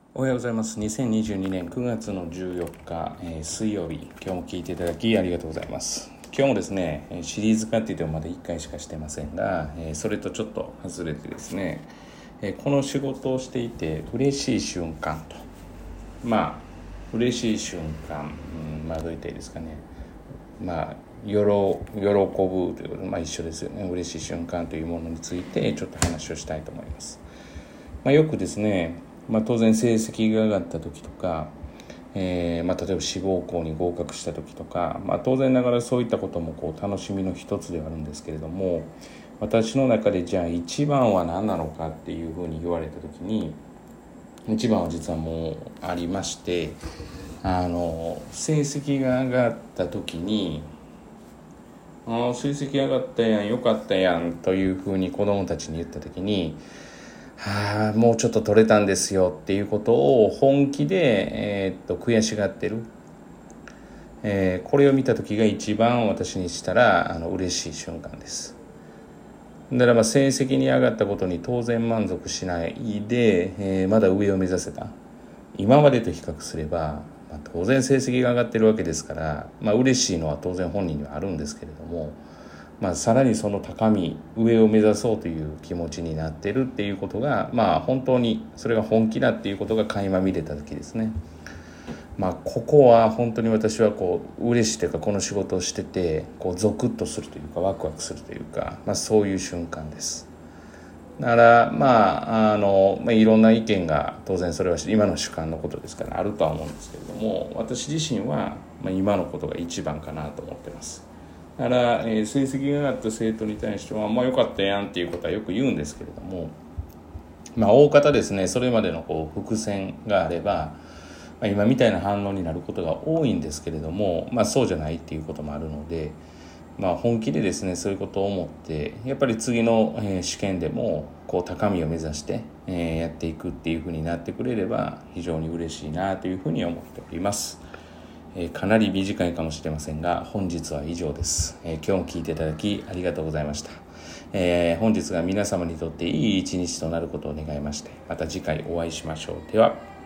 おはようございます。2022年9月の14日、水曜日、今日も聞いていただきありがとうございます。今日もですね、シリーズ化って言ってもまだ1回しかしてませんが、それとちょっと外れてですね、この仕事をしていて嬉しい瞬間と、嬉しい瞬間、どう言ったらいいですかね、喜ぶということで、一緒ですよね。嬉しい瞬間というものについてちょっと話をしたいと思います。よくですね、当然成績が上がった時とか、例えば志望校に合格した時とか、当然ながらそういったことも楽しみの一つではあるんですけれども、私の中でじゃあ一番は何なのかっていうふうに言われた時に、一番は実はもうありまして、成績が上がった時に成績上がったやん、よかったやんというふうに子どもたちに言った時に、もうちょっと取れたんですよっていうことを本気で、悔しがってる、これを見た時が一番私にしたら嬉しい瞬間です。だから成績に上がったことに当然満足しないで、まだ上を目指せた、今までと比較すれば、当然成績が上がってるわけですから、嬉しいのは当然本人にはあるんですけれども、さらにその高み、上を目指そうという気持ちになってるっていうことが、本当にそれが本気だっていうことが垣間見れた時ですね。ここは本当に私は嬉しいというか、この仕事をしててゾクッとするというか、ワクワクするというか、そういう瞬間です。だからいろんな意見が当然それは今の主観のことですからあるとは思うんですけれども、私自身は今のことが一番かなと思ってます。だから、成績が上がった生徒に対しては良かったやんっていうことはよく言うんですけれども、大方ですね、それまでの伏線があれば、今みたいな反応になることが多いんですけれども、そうじゃないっていうこともあるので、本気でですねそういうことを思って、やっぱり次の、試験でも高みを目指して、やっていくっていうふうになってくれれば非常に嬉しいなというふうに思っております。かなり短いかもしれませんが本日は以上です。今日も聞いていただきありがとうございました。本日が皆様にとっていい一日となることを願いまして、また次回お会いしましょう。では。